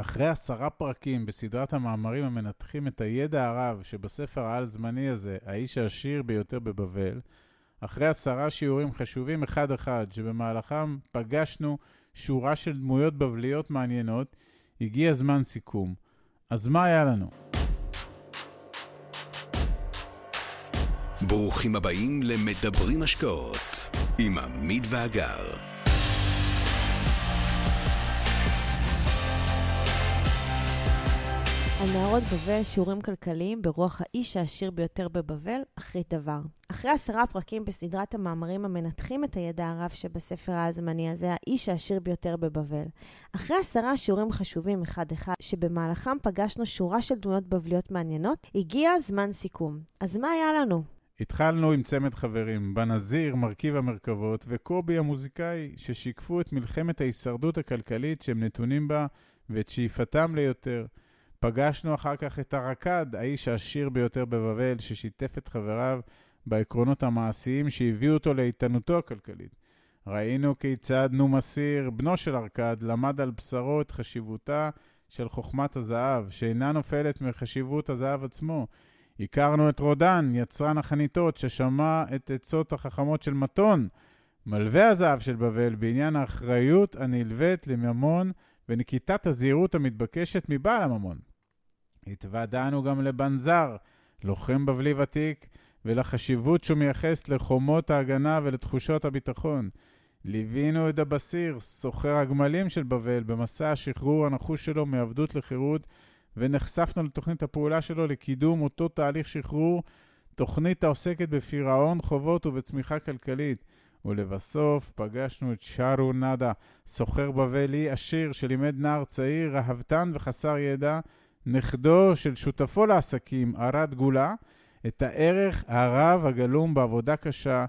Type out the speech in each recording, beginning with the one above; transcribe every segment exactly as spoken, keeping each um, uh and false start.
אחרי עשרה פרקים בסדרת המאמרים המנתחים את הידע הרב שבספר העל זמני הזה, האיש העשיר ביותר בבבל, אחרי עשרה שיעורים חשובים אחד אחד שבמהלכם פגשנו שורה של דמויות בבליות מעניינות, הגיע זמן סיכום. אז מה היה לנו? ברוכים הבאים למדברים השקעות עם עמית ואגר. על נערות בבל, שיעורים כלכליים ברוח האיש העשיר ביותר בבבל, אחרית דבר. אחרי עשרה פרקים בסדרת המאמרים המנתחים את הידע הרב שבספר הזמני הזה, האיש העשיר ביותר בבבל. אחרי עשרה שיעורים חשובים אחד אחד, שבמהלכם פגשנו שורה של דמויות בבליות מעניינות, הגיע זמן סיכום. אז מה היה לנו? התחלנו עם צמד חברים, בנזיר, מרכיב המרכבות, וקובי המוזיקאי, ששיקפו את מלחמת ההישרדות הכלכלית שהם נתונים בה, ואת שאיפתם ליותר. פגשנו אחר כך את הרקד, האיש העשיר ביותר בבבל, ששיתף את חבריו בעקרונות המעשיים שהביאו אותו לאיתנותו הכלכלית. ראינו כיצד נומסיר, בנו של הרקד, למד על בשרו את חשיבותה של חוכמת הזהב, שאינה נופלת מחשיבות הזהב עצמו. הכרנו את רודן, יצרן החניתות, ששמע את עצות החכמות של מתון, מלווה הזהב של בבל, בעניין האחריות הנלווית לממון ונקיטת הזהירות המתבקשת מבעל הממון. התוודענו גם לבנזר, לוחם בבלי ותיק, ולחשיבות שהוא מייחס לחומות ההגנה ולתחושות הביטחון. ליווינו את הבסיר, סוחר הגמלים של בבל, במסע השחרור הנחוש שלו מעבדות לחירות, ונחשפנו לתוכנית הפעולה שלו לקידום אותו תהליך שחרור, תוכנית העוסקת בפירעון חובות ובצמיחה כלכלית. ולבסוף פגשנו את שרו נדה, סוחר בבלי עשיר שלימד נער צעיר, רהבתן וחסר ידע, נכדו של שותפו לעסקים, ארד גולה, את הערך הרב הגלום בעבודה קשה,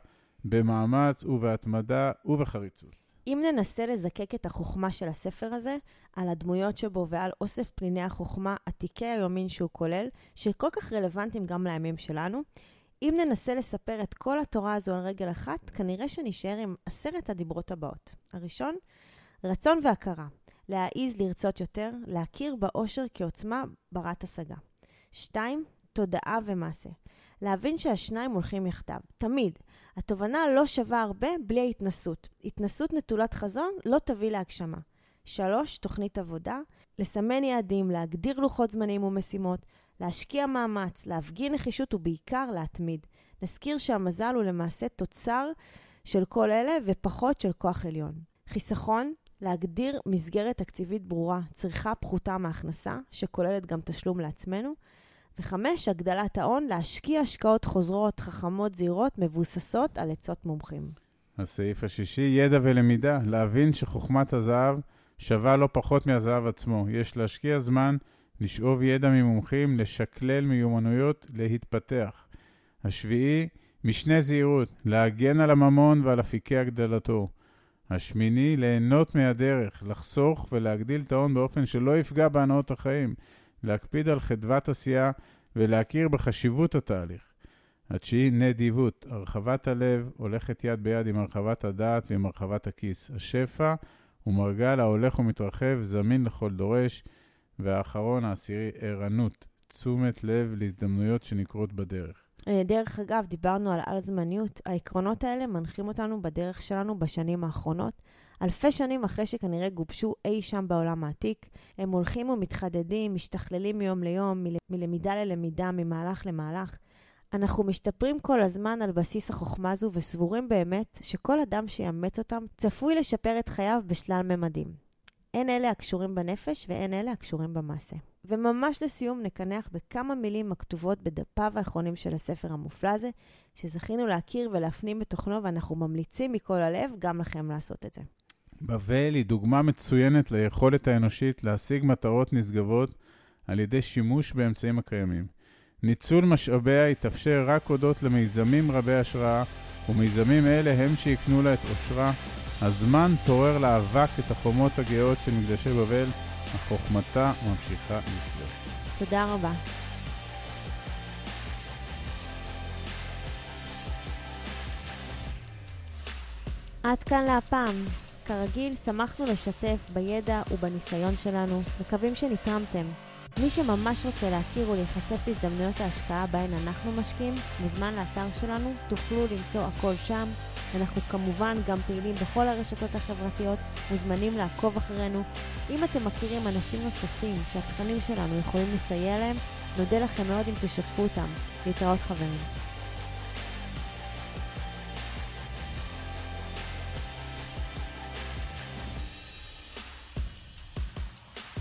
במאמץ ובהתמדה ובחריצות. אם ננסה לזקק את החוכמה של הספר הזה, על הדמויות שבו ועל אוסף פניני החוכמה עתיקי היומין שהוא כולל, שכל כך רלוונטיים גם לימים שלנו, אם ננסה לספר את כל התורה הזו על רגל אחת, כנראה שנשאר עם עשרת הדיברות הבאות. הראשון, רצון והכרה. להעיז לרצות יותר, להכיר באושר כעוצמה ברת השגה. שתיים, תודעה ומעשה. להבין שהשניים הולכים יחדיו. תמיד. התובנה לא שווה הרבה בלי ההתנסות. התנסות נטולת חזון לא תביא להגשמה. שלוש, תוכנית עבודה. לסמן יעדים, להגדיר לוחות זמנים ומשימות, להשקיע מאמץ, להפגין נחישות ובעיקר להתמיד. נזכיר שהמזל הוא למעשה תוצר של כל אלה ופחות של כוח עליון. חיסכון, להגדיר מסגרת תקציבית ברורה, צריכה פחותה מהכנסה, שכוללת גם תשלום לעצמנו. וחמש, הגדלת ההון, להשקיע השקעות חוזרות, חכמות, זהירות, מבוססות על עצות מומחים. הסעיף השישי, ידע ולמידה, להבין שחוכמת הזהב שווה לא פחות מהזהב עצמו. יש להשקיע זמן, לשאוב ידע ממומחים, לשקלל מיומנויות, להתפתח. השביעי, משנה זהירות, להגן על הממון ועל אפיקי הגדלתו. השמיני, ליהנות מהדרך, לחסוך ולהגדיל את ההון באופן שלא יפגע בהנאות החיים, להקפיד על חדוות עשייה ולהכיר בחשיבות התהליך. התשיעי, נדיבות, הרחבת הלב הולכת יד ביד עם הרחבת הדעת ועם הרחבת הכיס. השפע הוא מרגל ההולך ומתרחב, זמין לכל דורש. והאחרון, העשירי, ערנות, תשומת לב להזדמנויות שנקרות בדרך. דרך אגב, דיברנו על על זמניות. העקרונות האלה מנחים אותנו בדרך שלנו בשנים האחרונות. אלפי שנים אחרי שכנראה גובשו אי שם בעולם העתיק, הם הולכים ומתחדדים, משתכללים מיום ליום, מלמידה ללמידה, ממהלך למהלך. אנחנו משתפרים כל הזמן על בסיס החוכמה הזו וסבורים באמת שכל אדם שיאמץ אותם צפוי לשפר את חייו בשלל ממדים. אין אלה הקשורים בנפש ואין אלה הקשורים במעשה. וממש לסיום נקנח בכמה מילים מכתובות בדפיו האחרונים של הספר המופלא הזה, שזכינו להכיר ולהפנים בתוכנו, ואנחנו ממליצים מכל הלב גם לכם לעשות את זה. בבל היא דוגמה מצוינת ליכולת האנושית להשיג מטרות נשגבות על ידי שימוש באמצעים הקיימים. ניצול משאביה יתאפשר רק הודות למיזמים רבי השראה, ומיזמים אלה הם שיקנו לה את אושרה. הזמן תורר לאבק את החומות הגאות של מקדשי בבל, החוכמתה ממשיכה לפלוט. תודה רבה. עד כאן להפעם. כרגיל, שמחנו לשתף בידע ובניסיון שלנו, מקווים שנתרמתם. מי שממש רוצה להכיר ולהיחשף להזדמנויות ההשקעה בהן אנחנו משקיעים, מוזמן לאתר שלנו, תוכלו למצוא הכל שם. אנחנו כמובן גם פעילים בכל הרשתות החברתיות, מוזמנים לעקוב אחרינו. אם אתם מכירים אנשים נוספים שהתכנים שלנו יכולים לסייע להם, נודה לכם מאוד אם תשתפו אותם. להתראות חברים.